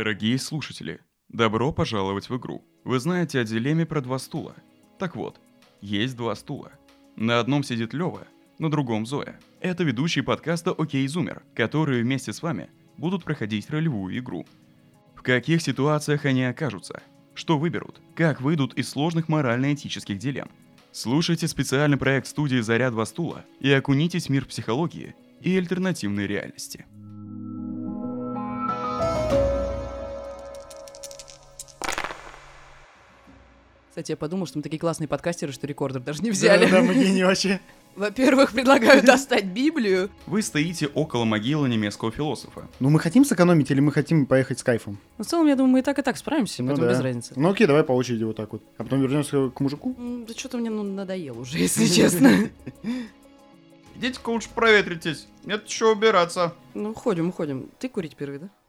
Дорогие слушатели, добро пожаловать в игру. Вы знаете о дилемме про два стула? Так вот, есть два стула. На одном сидит Лёва, на другом Зоя. Это ведущие подкаста «Окей, Зумер», которые вместе с вами будут проходить ролевую игру. В каких ситуациях они окажутся? Что выберут? Как выйдут из сложных морально-этических дилемм? Слушайте специальный проект студии «Заря два стула» и окунитесь в мир психологии и альтернативной реальности. Кстати, я подумал, что мы такие классные подкастеры, что рекордер даже не взяли. Да, мы гении вообще. Во-первых, предлагаю достать Библию. Вы стоите около могилы немецкого философа. Ну мы хотим сэкономить или мы хотим поехать с кайфом? Но в целом, я думаю, мы и так справимся, поэтому без разницы. Ну окей, давай по очереди вот так вот. А потом вернемся к мужику. Да что-то мне надоело уже, если честно. Идите-ка лучше проветритесь, нет чего убираться. Ну, уходим. Ты курить первый, да?